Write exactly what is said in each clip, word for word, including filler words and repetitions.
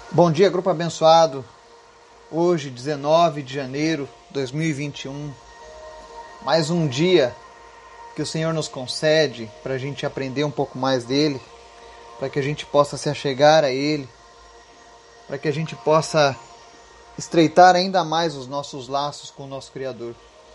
Bom dia, grupo abençoado. Hoje, dezenove de janeiro de dois mil e vinte e um, mais um dia que o Senhor nos concede para a gente aprender um pouco mais dele, para que a gente possa se achegar a Ele, para que a gente possa estreitar ainda mais os nossos laços com o nosso Criador.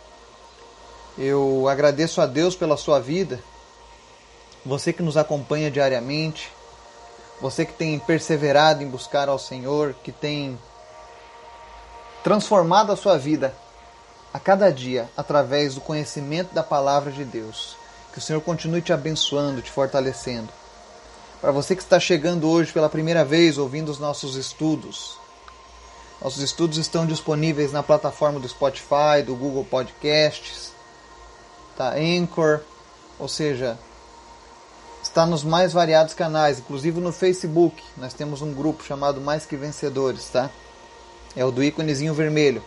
Eu agradeço a Deus pela sua vida, você que nos acompanha diariamente, você que tem perseverado em buscar ao Senhor, que tem transformado a sua vida a cada dia através do conhecimento da Palavra de Deus. Que o Senhor continue te abençoando, te fortalecendo. Para você que está chegando hoje pela primeira vez ouvindo os nossos estudos, nossos estudos estão disponíveis na plataforma do Spotify, do Google Podcasts, da Anchor, ou seja, está nos mais variados canais, inclusive no Facebook. Nós temos um grupo chamado Mais Que Vencedores, tá? É o do íconezinho vermelho.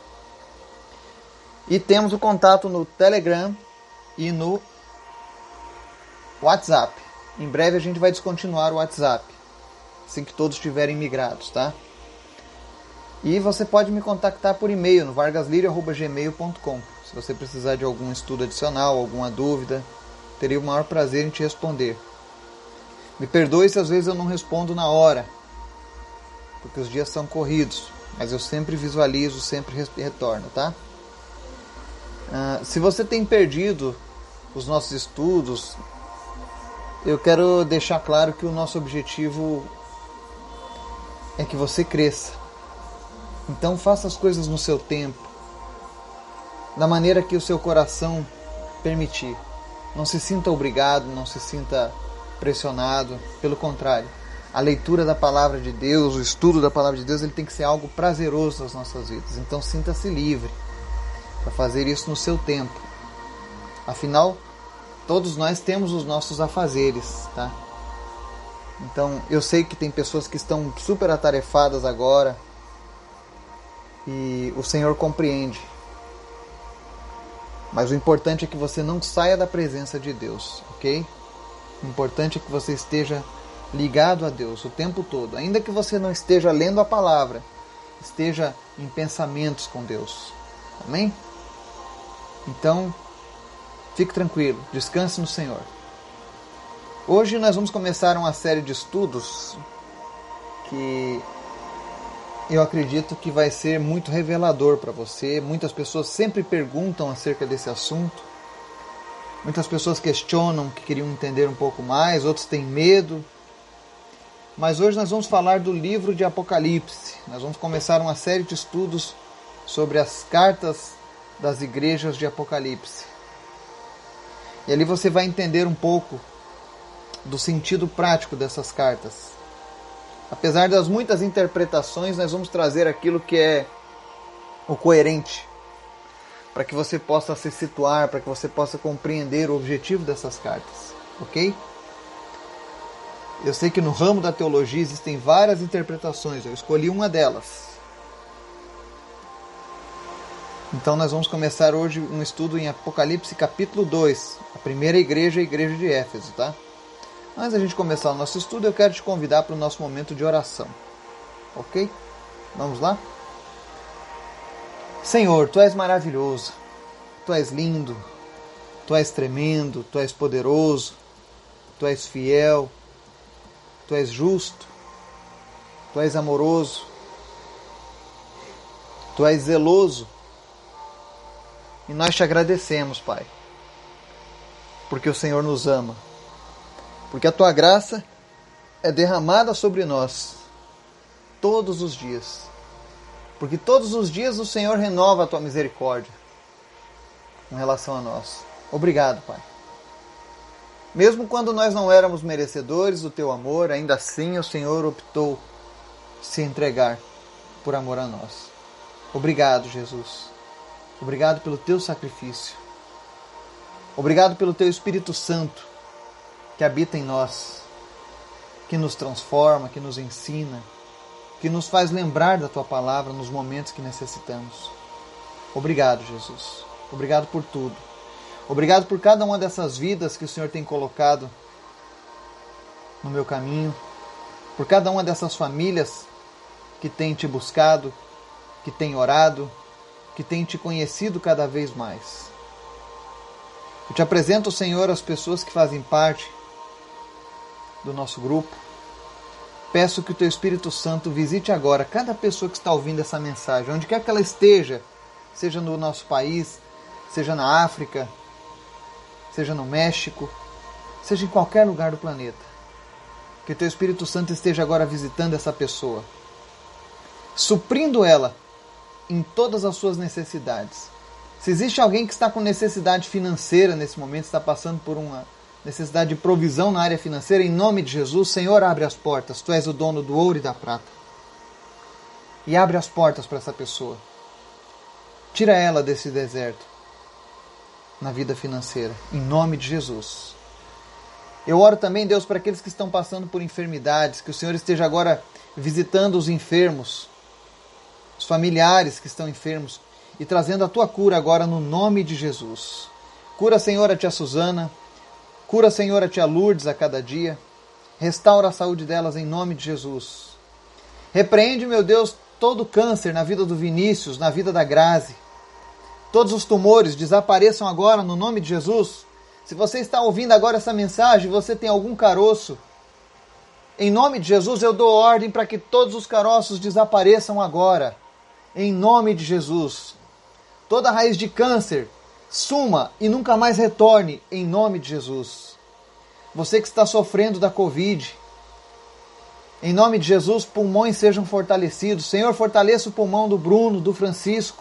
E temos o contato no Telegram e no WhatsApp. Em breve a gente vai descontinuar o WhatsApp, assim que todos estiverem migrados, tá? E você pode me contactar por e-mail no vargaslirio arroba gmail ponto com. Se você precisar de algum estudo adicional, alguma dúvida, teria o maior prazer em te responder. Me perdoe se às vezes eu não respondo na hora, porque os dias são corridos, mas eu sempre visualizo, sempre retorno, tá? Uh, se você tem perdido os nossos estudos, eu quero deixar claro que o nosso objetivo é que você cresça. Então faça as coisas no seu tempo, da maneira que o seu coração permitir. Não se sinta obrigado, não se sinta pressionado, pelo contrário. A leitura da Palavra de Deus, o estudo da Palavra de Deus, ele tem que ser algo prazeroso nas nossas vidas. Então sinta-se livre para fazer isso no seu tempo. Afinal, todos nós temos os nossos afazeres, tá? Então, eu sei que tem pessoas que estão super atarefadas agora e o Senhor compreende. Mas o importante é que você não saia da presença de Deus, ok? O importante é que você esteja ligado a Deus o tempo todo. Ainda que você não esteja lendo a palavra, esteja em pensamentos com Deus. Amém? Então, fique tranquilo, descanse no Senhor. Hoje nós vamos começar uma série de estudos que eu acredito que vai ser muito revelador para você. Muitas pessoas sempre perguntam acerca desse assunto. Muitas pessoas questionam, que queriam entender um pouco mais, outros têm medo. Mas hoje nós vamos falar do livro de Apocalipse. Nós vamos começar uma série de estudos sobre as cartas das igrejas de Apocalipse. E ali você vai entender um pouco do sentido prático dessas cartas. Apesar das muitas interpretações, nós vamos trazer aquilo que é o coerente, para que você possa se situar, para que você possa compreender o objetivo dessas cartas, ok? Eu sei que no ramo da teologia existem várias interpretações, eu escolhi uma delas. Então nós vamos começar hoje um estudo em Apocalipse capítulo dois, a primeira igreja, a igreja de Éfeso, tá? Antes da gente começar o nosso estudo, eu quero te convidar para o nosso momento de oração, ok? Vamos lá? Senhor, Tu és maravilhoso, Tu és lindo, Tu és tremendo, Tu és poderoso, Tu és fiel, Tu és justo, Tu és amoroso, Tu és zeloso. E nós te agradecemos, Pai, porque o Senhor nos ama, porque a Tua graça é derramada sobre nós todos os dias, porque todos os dias o Senhor renova a Tua misericórdia em relação a nós. Obrigado, Pai. Mesmo quando nós não éramos merecedores do Teu amor, ainda assim o Senhor optou se entregar por amor a nós. Obrigado, Jesus. Obrigado pelo Teu sacrifício. Obrigado pelo Teu Espírito Santo que habita em nós, que nos transforma, que nos ensina, que nos faz lembrar da Tua palavra nos momentos que necessitamos. Obrigado, Jesus. Obrigado por tudo. Obrigado por cada uma dessas vidas que o Senhor tem colocado no meu caminho, por cada uma dessas famílias que tem te buscado, que tem orado, que tem te conhecido cada vez mais. Eu te apresento, Senhor, as pessoas que fazem parte do nosso grupo. Peço que o Teu Espírito Santo visite agora cada pessoa que está ouvindo essa mensagem, onde quer que ela esteja, seja no nosso país, seja na África, seja no México, seja em qualquer lugar do planeta. Que o Teu Espírito Santo esteja agora visitando essa pessoa, suprindo ela em todas as suas necessidades. Se existe alguém que está com necessidade financeira nesse momento, está passando por uma necessidade de provisão na área financeira, em nome de Jesus, Senhor, abre as portas. Tu és o dono do ouro e da prata. E abre as portas para essa pessoa. Tira ela desse deserto na vida financeira, em nome de Jesus. Eu oro também, Deus, para aqueles que estão passando por enfermidades, que o Senhor esteja agora visitando os enfermos, os familiares que estão enfermos, e trazendo a Tua cura agora no nome de Jesus. Cura, Senhor, a tia Suzana. Cura, Senhor, a tia Lourdes a cada dia. Restaura a saúde delas em nome de Jesus. Repreende, meu Deus, todo câncer na vida do Vinícius, na vida da Grazi. Todos os tumores desapareçam agora no nome de Jesus. Se você está ouvindo agora essa mensagem, você tem algum caroço, em nome de Jesus eu dou ordem para que todos os caroços desapareçam agora. Em nome de Jesus. Toda raiz de câncer suma e nunca mais retorne, em nome de Jesus. Você que está sofrendo da Covid, em nome de Jesus, pulmões sejam fortalecidos. Senhor, fortaleça o pulmão do Bruno, do Francisco.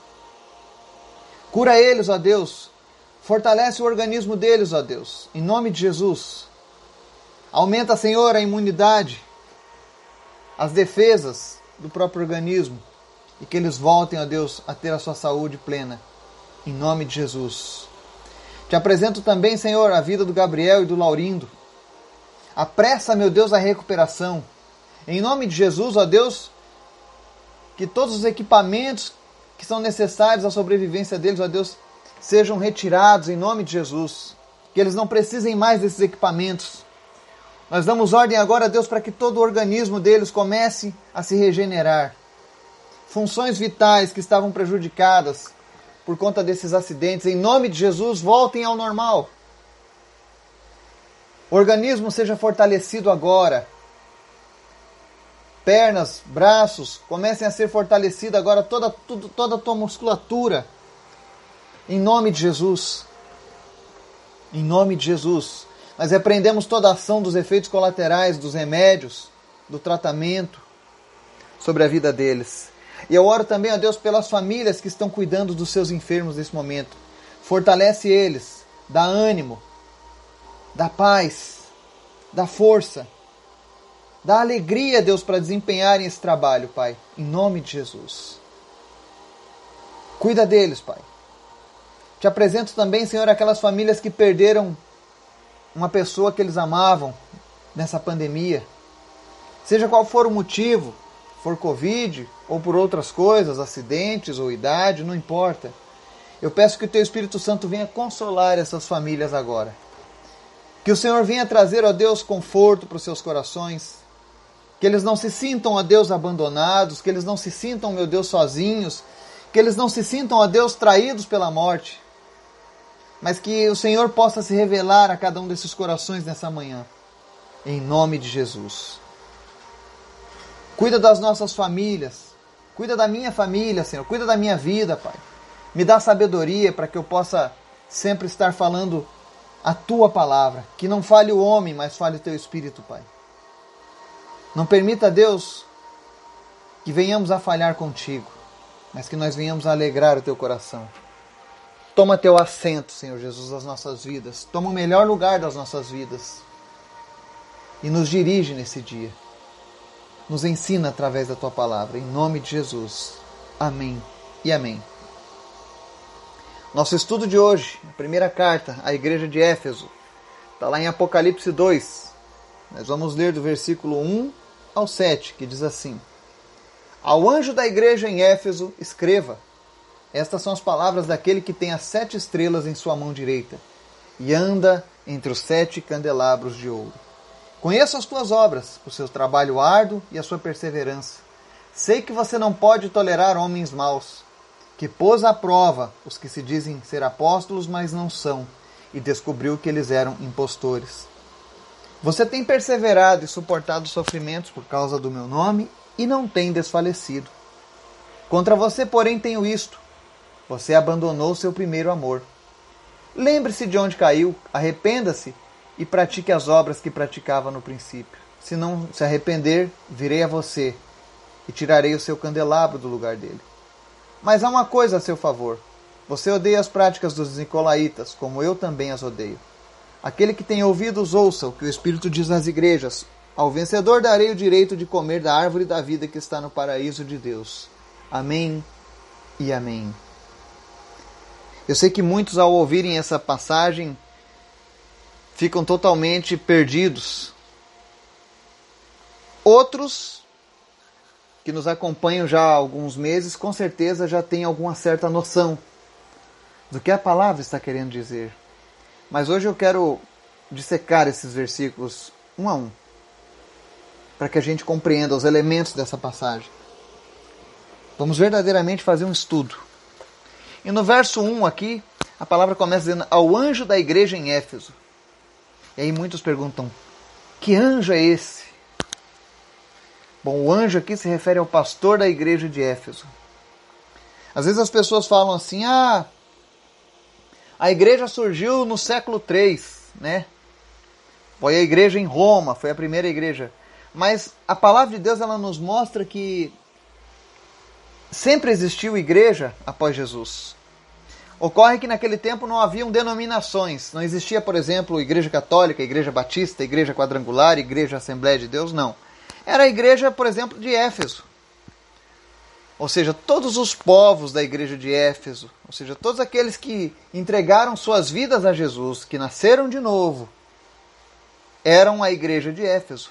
Cura eles, ó Deus. Fortalece o organismo deles, ó Deus. Em nome de Jesus. Aumenta, Senhor, a imunidade, as defesas do próprio organismo. E que eles voltem, ó Deus, a ter a sua saúde plena. Em nome de Jesus. Te apresento também, Senhor, a vida do Gabriel e do Laurindo. Apressa, meu Deus, a recuperação. Em nome de Jesus, ó Deus, que todos os equipamentos que são necessários à sobrevivência deles, ó Deus, sejam retirados em nome de Jesus. Que eles não precisem mais desses equipamentos. Nós damos ordem agora, Deus, para que todo o organismo deles comece a se regenerar. Funções vitais que estavam prejudicadas por conta desses acidentes, em nome de Jesus, voltem ao normal. O organismo seja fortalecido agora. Pernas, braços, comecem a ser fortalecidos agora, toda, tudo, toda a tua musculatura. Em nome de Jesus. Em nome de Jesus. Nós repreendemos toda a ação dos efeitos colaterais, dos remédios, do tratamento sobre a vida deles. E eu oro também, ó Deus, pelas famílias que estão cuidando dos seus enfermos nesse momento. Fortalece eles, dá ânimo, dá paz, dá força, dá alegria, Deus, para desempenharem esse trabalho, Pai, em nome de Jesus. Cuida deles, Pai. Te apresento também, Senhor, aquelas famílias que perderam uma pessoa que eles amavam nessa pandemia. Seja qual for o motivo, for Covid ou por outras coisas, acidentes ou idade, não importa. Eu peço que o Teu Espírito Santo venha consolar essas famílias agora. Que o Senhor venha trazer, ó Deus, conforto para os seus corações. Que eles não se sintam, ó Deus, abandonados. Que eles não se sintam, meu Deus, sozinhos. Que eles não se sintam, ó Deus, traídos pela morte. Mas que o Senhor possa se revelar a cada um desses corações nessa manhã. Em nome de Jesus. Cuida das nossas famílias. Cuida da minha família, Senhor. Cuida da minha vida, Pai. Me dá sabedoria para que eu possa sempre estar falando a Tua palavra. Que não fale o homem, mas fale o Teu Espírito, Pai. Não permita, Deus, que venhamos a falhar contigo, mas que nós venhamos a alegrar o Teu coração. Toma Teu assento, Senhor Jesus, nas nossas vidas. Toma o melhor lugar das nossas vidas. E nos dirige nesse dia. Nos ensina através da Tua palavra. Em nome de Jesus. Amém e amém. Nosso estudo de hoje, a primeira carta à igreja de Éfeso, está lá em Apocalipse dois. Nós vamos ler do versículo um ao sete, que diz assim: Ao anjo da igreja em Éfeso, escreva: Estas são as palavras daquele que tem as sete estrelas em sua mão direita e anda entre os sete candelabros de ouro. Conheço as tuas obras, o seu trabalho árduo e a sua perseverança, Sei que você não pode tolerar homens maus, que pôs à prova os que se dizem ser apóstolos, mas não são, e descobriu que eles eram impostores. Você tem perseverado e suportado sofrimentos por causa do meu nome e não tem desfalecido. Contra você, porém, tenho isto: você abandonou seu primeiro amor. Lembre-se de onde caiu, arrependa-se e pratique as obras que praticava no princípio. Se não se arrepender, virei a você e tirarei o seu candelabro do lugar dele. Mas há uma coisa a seu favor. Você odeia as práticas dos nicolaítas, como eu também as odeio. Aquele que tem ouvidos, ouça o que o Espírito diz às igrejas. Ao vencedor darei o direito de comer da árvore da vida que está no paraíso de Deus. Amém e amém. Eu sei que muitos, ao ouvirem essa passagem, ficam totalmente perdidos. Outros, que nos acompanham já há alguns meses, com certeza já têm alguma certa noção do que a palavra está querendo dizer. Mas hoje eu quero dissecar esses versículos um a um, para que a gente compreenda os elementos dessa passagem. Vamos verdadeiramente fazer um estudo. E no verso um aqui, a palavra começa dizendo: ao anjo da igreja em Éfeso. E aí muitos perguntam: que anjo é esse? Bom, o anjo aqui se refere ao pastor da igreja de Éfeso. Às vezes as pessoas falam assim: ah, a igreja surgiu no século três, né? Foi a igreja em Roma, foi a primeira igreja. Mas a palavra de Deus, ela nos mostra que sempre existiu igreja após Jesus. Ocorre que naquele tempo não haviam denominações. Não existia, por exemplo, igreja católica, igreja batista, igreja quadrangular, igreja Assembleia de Deus, não. Era a igreja, por exemplo, de Éfeso. Ou seja, todos os povos da igreja de Éfeso, ou seja, todos aqueles que entregaram suas vidas a Jesus, que nasceram de novo, eram a igreja de Éfeso.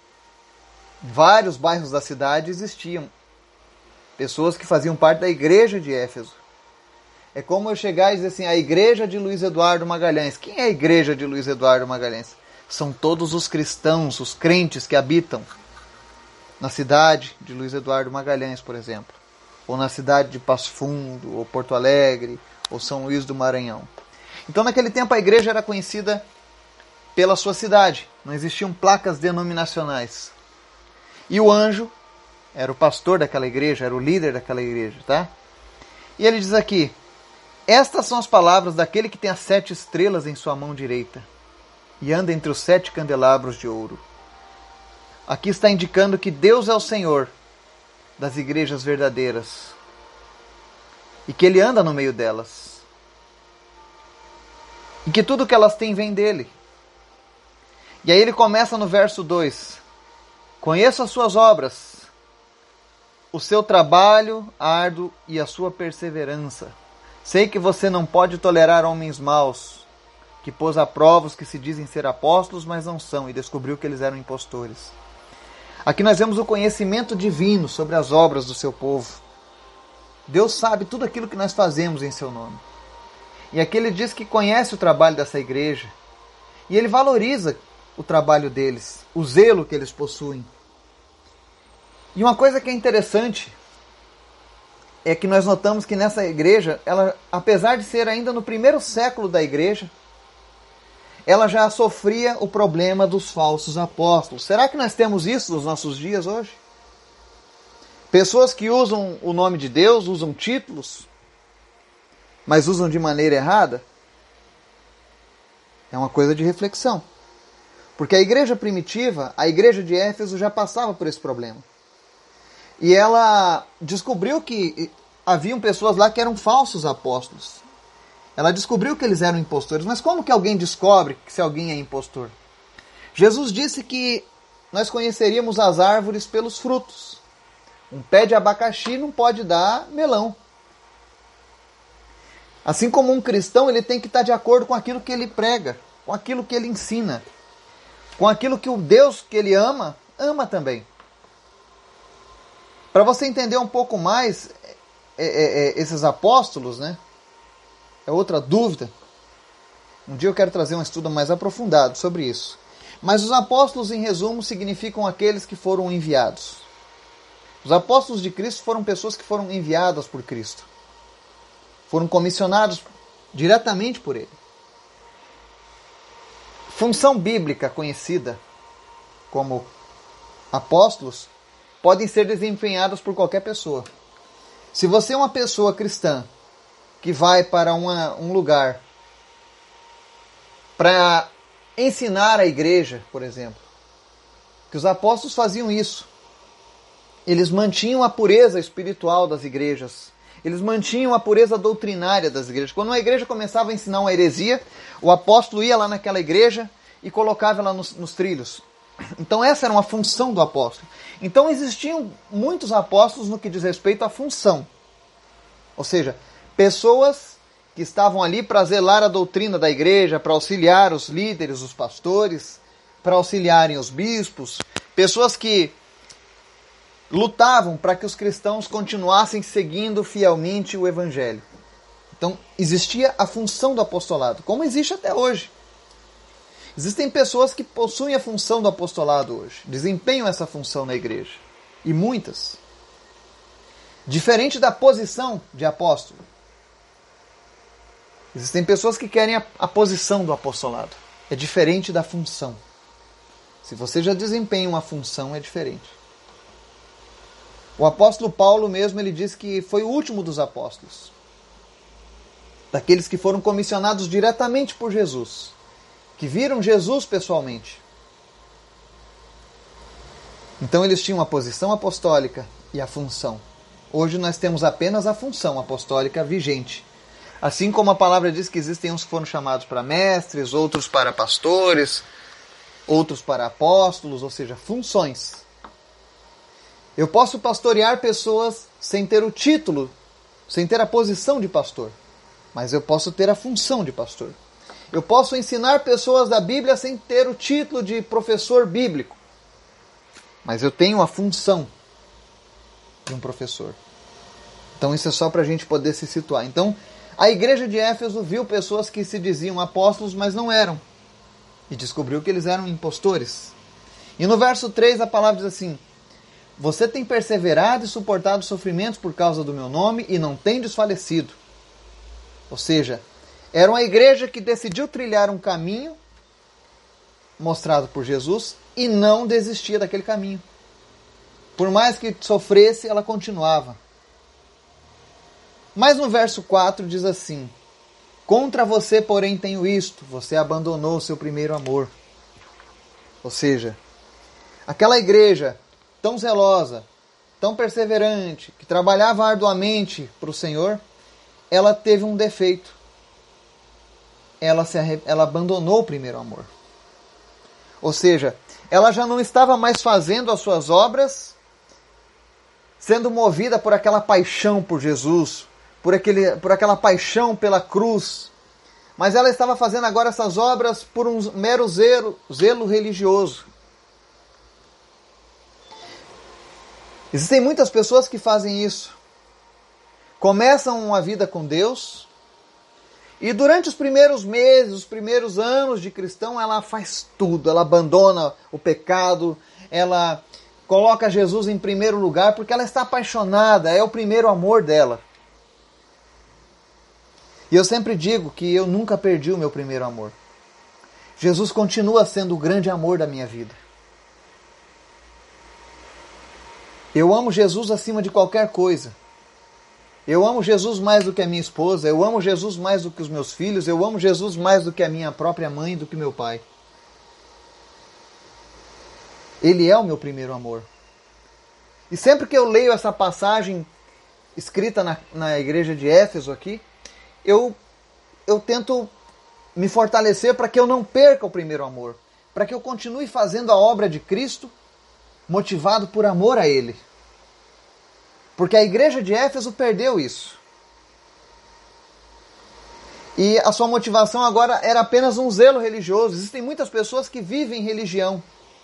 Vários bairros da cidade existiam pessoas que faziam parte da igreja de Éfeso. É como eu chegar e dizer assim: a igreja de Luiz Eduardo Magalhães. Quem é a igreja de Luiz Eduardo Magalhães? São todos os cristãos, os crentes que habitam na cidade de Luiz Eduardo Magalhães, por exemplo. Ou na cidade de Passo Fundo, ou Porto Alegre, ou São Luís do Maranhão. Então naquele tempo a igreja era conhecida pela sua cidade. Não existiam placas denominacionais. E o anjo era o pastor daquela igreja, era o líder daquela igreja, tá? E ele diz aqui: estas são as palavras daquele que tem as sete estrelas em sua mão direita e anda entre os sete candelabros de ouro. Aqui está indicando que Deus é o Senhor das igrejas verdadeiras e que Ele anda no meio delas. E que tudo que elas têm vem dEle. E aí ele começa no verso dois. Conheço as suas obras, o seu trabalho árduo e a sua perseverança. Sei que você não pode tolerar homens maus, que pôs à prova os que se dizem ser apóstolos, mas não são, e descobriu que eles eram impostores. Aqui nós vemos o conhecimento divino sobre as obras do seu povo. Deus sabe tudo aquilo que nós fazemos em seu nome. E aqui ele diz que conhece o trabalho dessa igreja. E ele valoriza o trabalho deles, o zelo que eles possuem. E uma coisa que é interessante é que nós notamos que nessa igreja, ela, apesar de ser ainda no primeiro século da igreja, ela já sofria o problema dos falsos apóstolos. Será que nós temos isso nos nossos dias hoje? Pessoas que usam o nome de Deus, usam títulos, mas usam de maneira errada? É uma coisa de reflexão. Porque a igreja primitiva, a igreja de Éfeso, já passava por esse problema. E ela descobriu que haviam pessoas lá que eram falsos apóstolos. Ela descobriu que eles eram impostores. Mas como que alguém descobre se alguém é impostor? Jesus disse que nós conheceríamos as árvores pelos frutos. Um pé de abacaxi não pode dar melão. Assim como um cristão, ele tem que estar de acordo com aquilo que ele prega, com aquilo que ele ensina, com aquilo que o Deus que ele ama, ama também. Para você entender um pouco mais é, é, é, esses apóstolos, né? É outra dúvida. Um dia eu quero trazer um estudo mais aprofundado sobre isso. Mas os apóstolos, em resumo, significam aqueles que foram enviados. Os apóstolos de Cristo foram pessoas que foram enviadas por Cristo. Foram comissionados diretamente por Ele. Função bíblica conhecida como apóstolos podem ser desempenhadas por qualquer pessoa. Se você é uma pessoa cristã que vai para uma, um lugar para ensinar a igreja, por exemplo, que os apóstolos faziam isso. Eles mantinham a pureza espiritual das igrejas. Eles mantinham a pureza doutrinária das igrejas. Quando uma igreja começava a ensinar uma heresia, o apóstolo ia lá naquela igreja e colocava ela nos, nos trilhos. Então essa era uma função do apóstolo. Então existiam muitos apóstolos no que diz respeito à função. Ou seja, pessoas que estavam ali para zelar a doutrina da igreja, para auxiliar os líderes, os pastores, para auxiliarem os bispos. Pessoas que lutavam para que os cristãos continuassem seguindo fielmente o Evangelho. Então, existia a função do apostolado, como existe até hoje. Existem pessoas que possuem a função do apostolado hoje, desempenham essa função na igreja. E muitas. Diferente da posição de apóstolo. Existem pessoas que querem a, a posição do apostolado. É diferente da função. Se você já desempenha uma função, é diferente. O apóstolo Paulo mesmo, ele diz que foi o último dos apóstolos. Daqueles que foram comissionados diretamente por Jesus. Que viram Jesus pessoalmente. Então eles tinham a posição apostólica e a função. Hoje nós temos apenas a função apostólica vigente. Assim como a palavra diz que existem uns que foram chamados para mestres, outros para pastores, outros para apóstolos, ou seja, funções. Eu posso pastorear pessoas sem ter o título, sem ter a posição de pastor, mas eu posso ter a função de pastor. Eu posso ensinar pessoas da Bíblia sem ter o título de professor bíblico, mas eu tenho a função de um professor. Então isso é só para a gente poder se situar. Então, a igreja de Éfeso viu pessoas que se diziam apóstolos, mas não eram. E descobriu que eles eram impostores. E no verso três a palavra diz assim: você tem perseverado e suportado sofrimentos por causa do meu nome e não tem desfalecido. Ou seja, era uma igreja que decidiu trilhar um caminho mostrado por Jesus e não desistia daquele caminho. Por mais que sofresse, ela continuava. Mas no verso quatro diz assim: contra você, porém, tenho isto, você abandonou o seu primeiro amor. Ou seja, aquela igreja tão zelosa, tão perseverante, que trabalhava arduamente para o Senhor, ela teve um defeito. Ela, se arre... ela abandonou o primeiro amor. Ou seja, ela já não estava mais fazendo as suas obras, sendo movida por aquela paixão por Jesus, por, aquele, por aquela paixão pela cruz, mas ela estava fazendo agora essas obras por um mero zelo, zelo religioso. Existem muitas pessoas que fazem isso. Começam uma vida com Deus e durante os primeiros meses, os primeiros anos de cristão, ela faz tudo. Ela abandona o pecado, ela coloca Jesus em primeiro lugar porque ela está apaixonada, é o primeiro amor dela. E eu sempre digo que eu nunca perdi o meu primeiro amor. Jesus continua sendo o grande amor da minha vida. Eu amo Jesus acima de qualquer coisa. Eu amo Jesus mais do que a minha esposa, eu amo Jesus mais do que os meus filhos, eu amo Jesus mais do que a minha própria mãe, do que meu pai. Ele é o meu primeiro amor. E sempre que eu leio essa passagem escrita na, na igreja de Éfeso aqui, eu, eu tento me fortalecer para que eu não perca o primeiro amor, para que eu continue fazendo a obra de Cristo motivado por amor a Ele. Porque a igreja de Éfeso perdeu isso. E a sua motivação agora era apenas um zelo religioso. Existem muitas pessoas que vivem religião,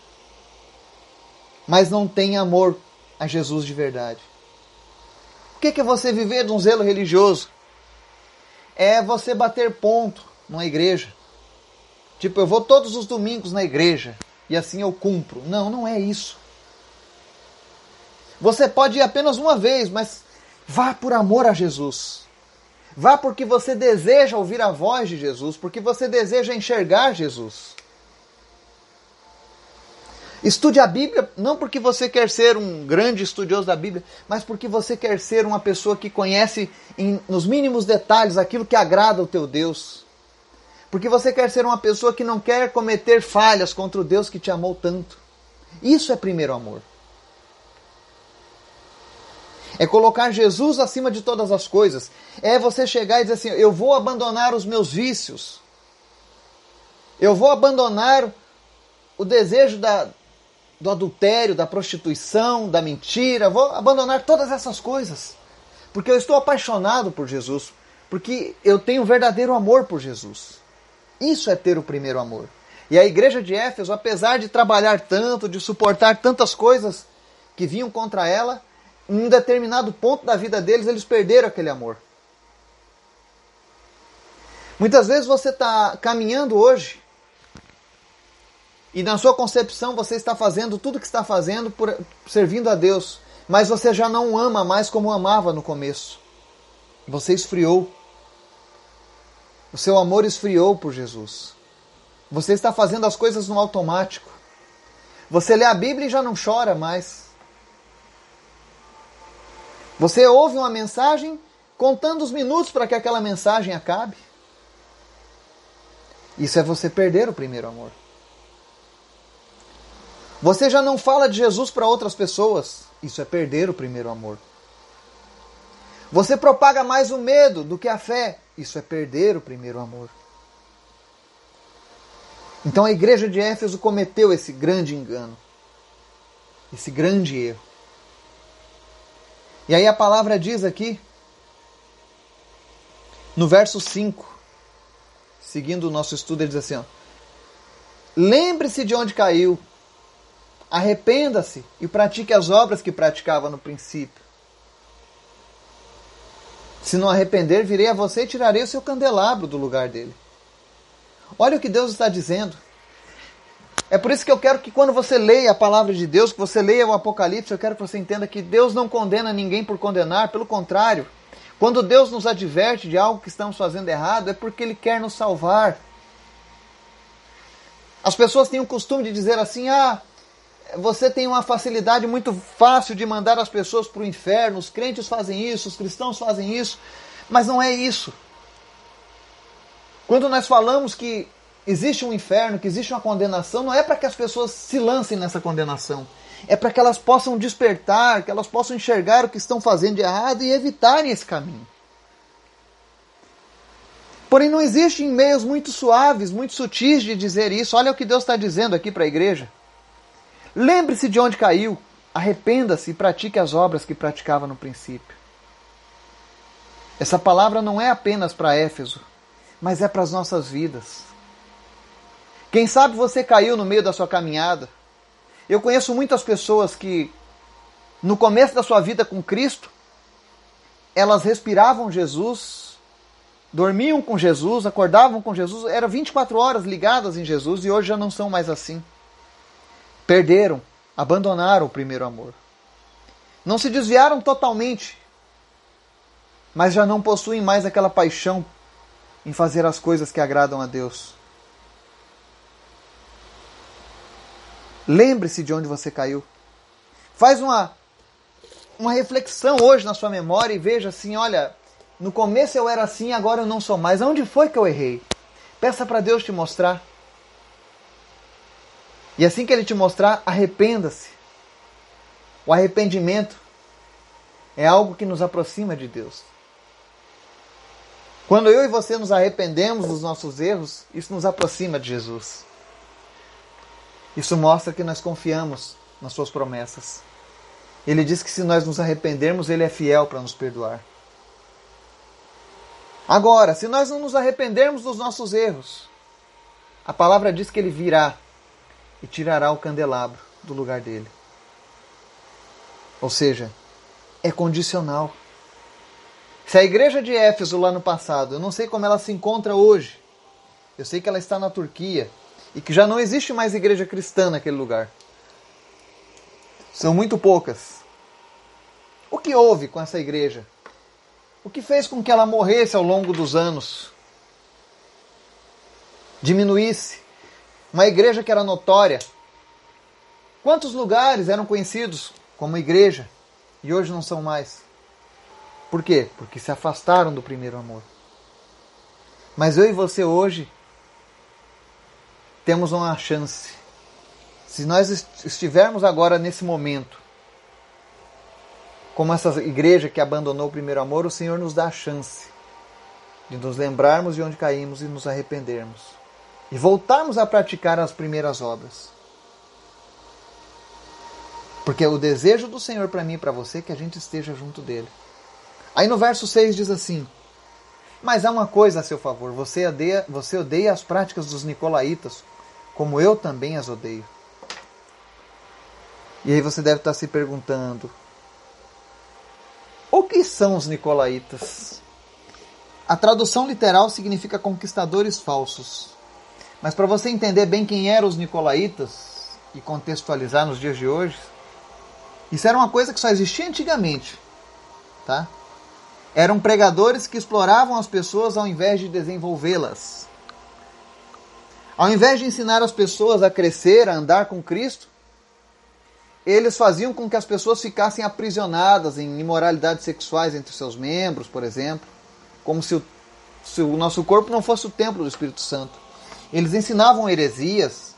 mas não têm amor a Jesus de verdade. O que é você viver de um zelo religioso? É você bater ponto numa igreja. Tipo, eu vou todos os domingos na igreja e assim eu cumpro. Não, não é isso. Você pode ir apenas uma vez, mas vá por amor a Jesus. Vá porque você deseja ouvir a voz de Jesus, porque você deseja enxergar Jesus. Estude a Bíblia não porque você quer ser um grande estudioso da Bíblia, mas porque você quer ser uma pessoa que conhece em, nos mínimos detalhes aquilo que agrada ao teu Deus. Porque você quer ser uma pessoa que não quer cometer falhas contra o Deus que te amou tanto. Isso é primeiro amor. É colocar Jesus acima de todas as coisas. É você chegar e dizer assim, eu vou abandonar os meus vícios. Eu vou abandonar o desejo da, do adultério, da prostituição, da mentira. Vou abandonar todas essas coisas. Porque eu estou apaixonado por Jesus. Porque eu tenho verdadeiro amor por Jesus. Isso é ter o primeiro amor. E a igreja de Éfeso, apesar de trabalhar tanto, de suportar tantas coisas que vinham contra ela, em um determinado ponto da vida deles, eles perderam aquele amor. Muitas vezes você está caminhando hoje e na sua concepção você está fazendo tudo o que está fazendo por, servindo a Deus, mas você já não o ama mais como amava no começo. Você esfriou. O seu amor esfriou por Jesus. Você está fazendo as coisas no automático. Você lê a Bíblia e já não chora mais. Você ouve uma mensagem contando os minutos para que aquela mensagem acabe. Isso é você perder o primeiro amor. Você já não fala de Jesus para outras pessoas. Isso é perder o primeiro amor. Você propaga mais o medo do que a fé. Isso é perder o primeiro amor. Então a igreja de Éfeso cometeu esse grande engano. Esse grande erro. E aí a palavra diz aqui, no verso cinco, seguindo o nosso estudo, ele diz assim, ó, lembre-se de onde caiu, arrependa-se e pratique as obras que praticava no princípio. Se não arrepender, virei a você e tirarei o seu candelabro do lugar dele. Olha o que Deus está dizendo. É por isso que eu quero que quando você leia a palavra de Deus, que você leia o Apocalipse, eu quero que você entenda que Deus não condena ninguém por condenar, pelo contrário. Quando Deus nos adverte de algo que estamos fazendo errado, é porque Ele quer nos salvar. As pessoas têm o costume de dizer assim, ah, você tem uma facilidade muito fácil de mandar as pessoas para o inferno, os crentes fazem isso, os cristãos fazem isso, mas não é isso. Quando nós falamos que existe um inferno, que existe uma condenação, não é para que as pessoas se lancem nessa condenação. É para que elas possam despertar, que elas possam enxergar o que estão fazendo de errado e evitarem esse caminho. Porém, não existem meios muito suaves, muito sutis de dizer isso. Olha o que Deus está dizendo aqui para a igreja. Lembre-se de onde caiu, arrependa-se e pratique as obras que praticava no princípio. Essa palavra não é apenas para Éfeso, mas é para as nossas vidas. Quem sabe você caiu no meio da sua caminhada. Eu conheço muitas pessoas que, no começo da sua vida com Cristo, elas respiravam Jesus, dormiam com Jesus, acordavam com Jesus, eram vinte e quatro horas ligadas em Jesus e hoje já não são mais assim. Perderam, abandonaram o primeiro amor. Não se desviaram totalmente, mas já não possuem mais aquela paixão em fazer as coisas que agradam a Deus. Lembre-se de onde você caiu. Faz uma, uma reflexão hoje na sua memória e veja assim, olha, no começo eu era assim, agora eu não sou mais. Onde foi que eu errei? Peça para Deus te mostrar. E assim que Ele te mostrar, arrependa-se. O arrependimento é algo que nos aproxima de Deus. Quando eu e você nos arrependemos dos nossos erros, isso nos aproxima de Jesus. Isso mostra que nós confiamos nas suas promessas. Ele diz que se nós nos arrependermos, Ele é fiel para nos perdoar. Agora, se nós não nos arrependermos dos nossos erros, a palavra diz que Ele virá e tirará o candelabro do lugar dele. Ou seja, é condicional. Se a igreja de Éfeso lá no passado, eu não sei como ela se encontra hoje, eu sei que ela está na Turquia, e que já não existe mais igreja cristã naquele lugar. São muito poucas. O que houve com essa igreja? O que fez com que ela morresse ao longo dos anos? Diminuísse. Uma igreja que era notória. Quantos lugares eram conhecidos como igreja e hoje não são mais? Por quê? Porque se afastaram do primeiro amor. Mas eu e você hoje temos uma chance. Se nós estivermos agora nesse momento como essa igreja que abandonou o primeiro amor, o Senhor nos dá a chance de nos lembrarmos de onde caímos e nos arrependermos. E voltarmos a praticar as primeiras obras. Porque o desejo do Senhor para mim e para você é que a gente esteja junto dele. Aí no verso seis diz assim: mas há uma coisa a seu favor, você odeia, você odeia as práticas dos nicolaítas, como eu também as odeio. E aí você deve estar se perguntando: o que são os nicolaítas? A tradução literal significa conquistadores falsos. Mas para você entender bem quem eram os nicolaítas e contextualizar nos dias de hoje, isso era uma coisa que só existia antigamente, tá? Eram pregadores que exploravam as pessoas ao invés de desenvolvê-las. Ao invés de ensinar as pessoas a crescer, a andar com Cristo, eles faziam com que as pessoas ficassem aprisionadas em imoralidades sexuais entre seus membros, por exemplo, como se o, se o nosso corpo não fosse o templo do Espírito Santo. Eles ensinavam heresias,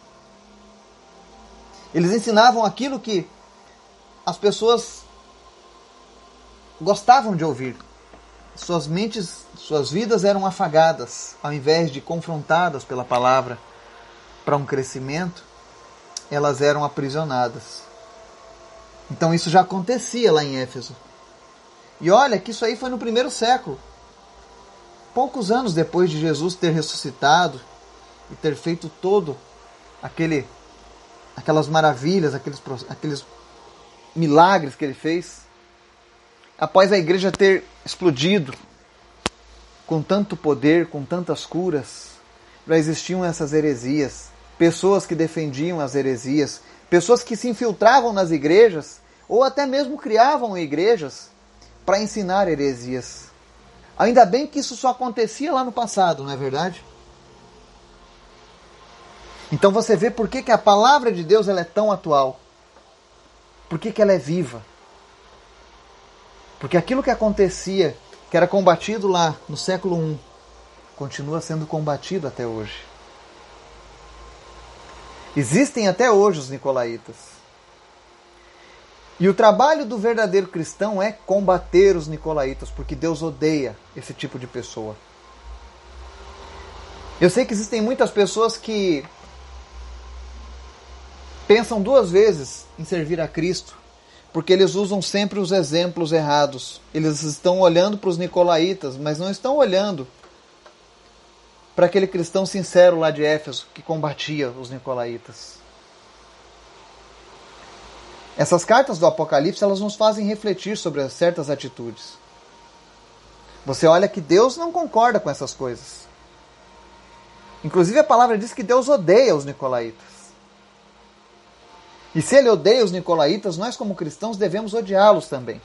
eles ensinavam aquilo que as pessoas gostavam de ouvir. Suas mentes, suas vidas eram afagadas, ao invés de confrontadas pela palavra para um crescimento, elas eram aprisionadas. Então isso já acontecia lá em Éfeso. E olha que isso aí foi no primeiro século. Poucos anos depois de Jesus ter ressuscitado e ter feito todo aquele, aquelas maravilhas, aqueles, aqueles milagres que ele fez, após a igreja ter explodido com tanto poder, com tantas curas, já existiam essas heresias, pessoas que defendiam as heresias, pessoas que se infiltravam nas igrejas ou até mesmo criavam igrejas para ensinar heresias. Ainda bem que isso só acontecia lá no passado, não é verdade? Então você vê por que, que a palavra de Deus ela é tão atual. Por que, que ela é viva. Porque aquilo que acontecia, que era combatido lá no século primeiro, continua sendo combatido até hoje. Existem até hoje os nicolaítas. E o trabalho do verdadeiro cristão é combater os nicolaítas, porque Deus odeia esse tipo de pessoa. Eu sei que existem muitas pessoas que pensam duas vezes em servir a Cristo, porque eles usam sempre os exemplos errados. Eles estão olhando para os nicolaítas, mas não estão olhando para aquele cristão sincero lá de Éfeso que combatia os nicolaítas. Essas cartas do Apocalipse, elas nos fazem refletir sobre certas atitudes. Você olha que Deus não concorda com essas coisas. Inclusive a palavra diz que Deus odeia os nicolaítas. E se ele odeia os nicolaítas, nós como cristãos devemos odiá-los também.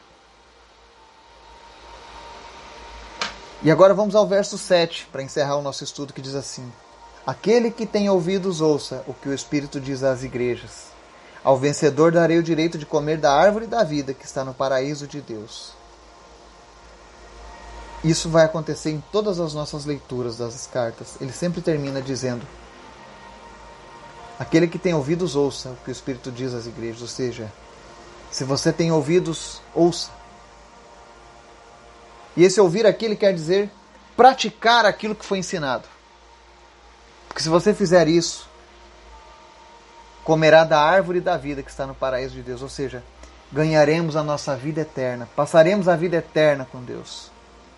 E agora vamos ao verso sete, para encerrar o nosso estudo, que diz assim: aquele que tem ouvidos ouça o que o Espírito diz às igrejas. Ao vencedor darei o direito de comer da árvore da vida que está no paraíso de Deus. Isso vai acontecer em todas as nossas leituras das cartas. Ele sempre termina dizendo: aquele que tem ouvidos ouça o que o Espírito diz às igrejas. Ou seja, se você tem ouvidos, ouça. E esse ouvir aqui, ele quer dizer praticar aquilo que foi ensinado. Porque se você fizer isso, comerá da árvore da vida que está no paraíso de Deus. Ou seja, ganharemos a nossa vida eterna. Passaremos a vida eterna com Deus.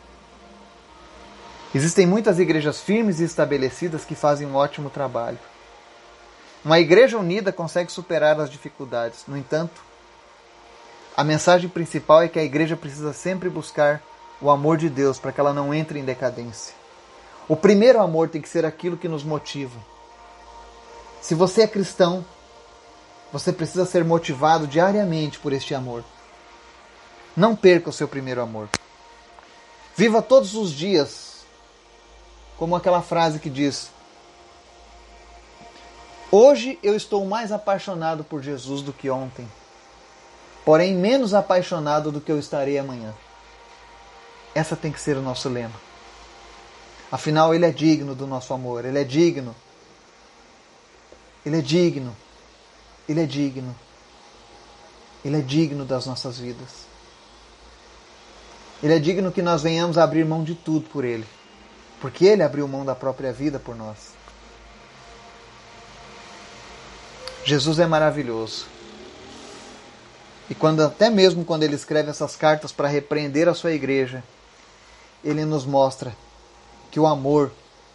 Existem muitas igrejas firmes e estabelecidas que fazem um ótimo trabalho. Uma igreja unida consegue superar as dificuldades. No entanto, a mensagem principal é que a igreja precisa sempre buscar o amor de Deus para que ela não entre em decadência. O primeiro amor tem que ser aquilo que nos motiva. Se você é cristão, você precisa ser motivado diariamente por este amor. Não perca o seu primeiro amor. Viva todos os dias como aquela frase que diz: hoje eu estou mais apaixonado por Jesus do que ontem, porém menos apaixonado do que eu estarei amanhã. Essa tem que ser o nosso lema. Afinal, Ele é digno do nosso amor, Ele é digno. Ele é digno. Ele é digno. Ele é digno das nossas vidas. Ele é digno que nós venhamos a abrir mão de tudo por Ele, porque Ele abriu mão da própria vida por nós. Jesus é maravilhoso. E quando, até mesmo quando Ele escreve essas cartas para repreender a sua igreja, Ele nos mostra que o amor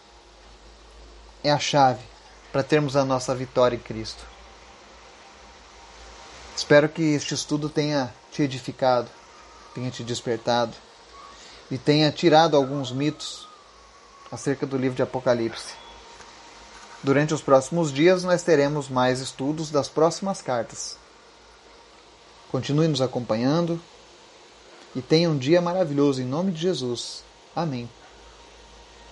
é a chave para termos a nossa vitória em Cristo. Espero que este estudo tenha te edificado, tenha te despertado e tenha tirado alguns mitos acerca do livro de Apocalipse. Durante os próximos dias nós teremos mais estudos das próximas cartas. Continue nos acompanhando e tenha um dia maravilhoso em nome de Jesus. Amém.